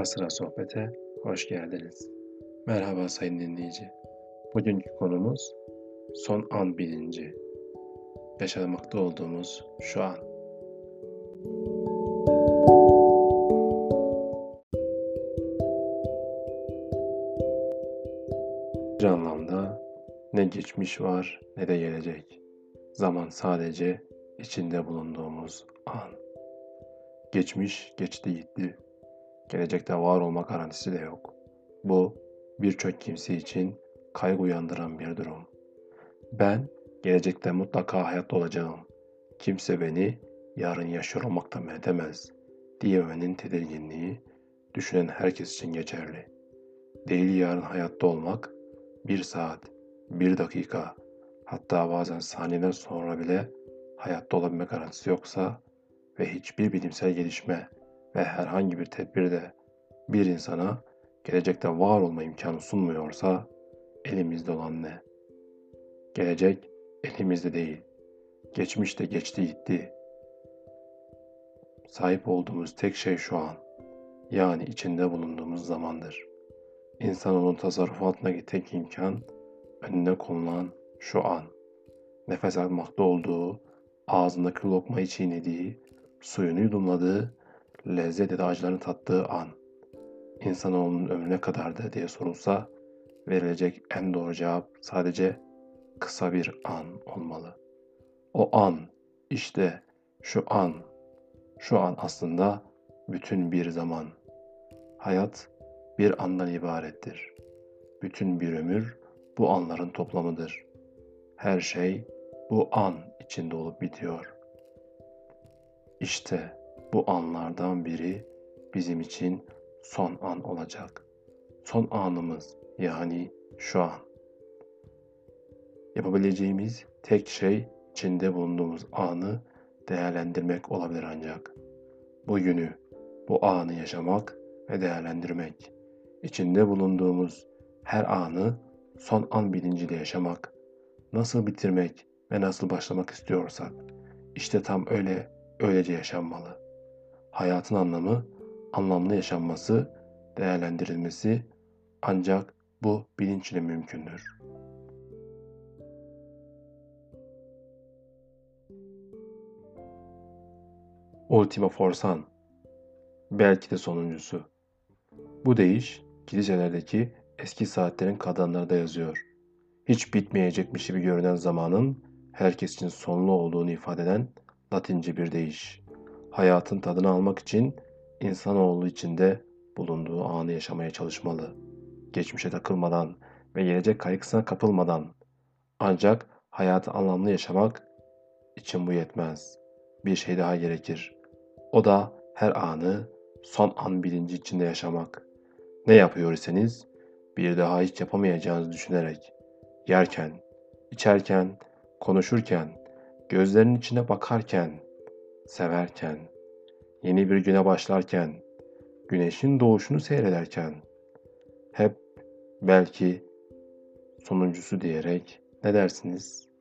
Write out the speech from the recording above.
Ara Sıra Sohbet'e hoş geldiniz. Merhaba sayın dinleyici. Bugünkü konumuz son an bilinci. Yaşamakta olduğumuz şu an. Bir anlamda ne geçmiş var ne de gelecek. Zaman sadece içinde bulunduğumuz an. Geçmiş geçti gitti. Gelecekte var olma garantisi de yok. Bu birçok kimse için kaygı uyandıran bir durum. Ben gelecekte mutlaka hayatta olacağım. Kimse beni yarın yaşıyor olmaktan men edemez diyememenin tedirginliği düşünen herkes için geçerli. Değil yarın hayatta olmak, bir saat, bir dakika, hatta bazen saniyeler sonra bile hayatta olabilme garantisi yoksa ve hiçbir bilimsel gelişme ve herhangi bir tedbirde bir insana gelecekte var olma imkanı sunmuyorsa elimizde olan ne? Gelecek elimizde değil. Geçmiş de geçti gitti. Sahip olduğumuz tek şey şu an. Yani içinde bulunduğumuz zamandır. İnsanoğlunun tasarrufu altındaki tek imkan önüne konulan şu an. Nefes almakta olduğu, ağzındaki lokmayı çiğnediği, suyunu yudumladığı, lezzet ya da acılarını tattığı an. İnsanoğlunun ömrü ne kadardı diye sorulsa verilecek en doğru cevap sadece kısa bir an olmalı. O an, işte şu an, şu an aslında bütün bir zaman. Hayat bir andan ibarettir. Bütün bir ömür bu anların toplamıdır. Her şey bu an içinde olup bitiyor. İşte bu anlardan biri bizim için son an olacak. Son anımız yani şu an. Yapabileceğimiz tek şey içinde bulunduğumuz anı değerlendirmek olabilir ancak. Bugünü, bu anı yaşamak ve değerlendirmek. İçinde bulunduğumuz her anı son an bilinciyle yaşamak. Nasıl bitirmek ve nasıl başlamak istiyorsak, işte tam öylece yaşanmalı. Hayatın anlamı, anlamlı yaşanması, değerlendirilmesi ancak bu bilinç ile mümkündür. Ultima Forsan, belki de sonuncusu. Bu deyiş kiliselerdeki eski saatlerin kadranlarında yazıyor. Hiç bitmeyecekmiş gibi görünen zamanın herkes için sonlu olduğunu ifade eden Latince bir deyiş. Hayatın tadını almak için insanoğlu içinde bulunduğu anı yaşamaya çalışmalı. Geçmişe takılmadan ve gelecek kaygısına kapılmadan. Ancak hayatı anlamlı yaşamak için bu yetmez. Bir şey daha gerekir. O da her anı son an bilinci içinde yaşamak. Ne yapıyor iseniz bir daha hiç yapamayacağınızı düşünerek, yerken, içerken, konuşurken, gözlerinin içine bakarken, severken, yeni bir güne başlarken, güneşin doğuşunu seyrederken, hep belki sonuncusu diyerek ne dersiniz?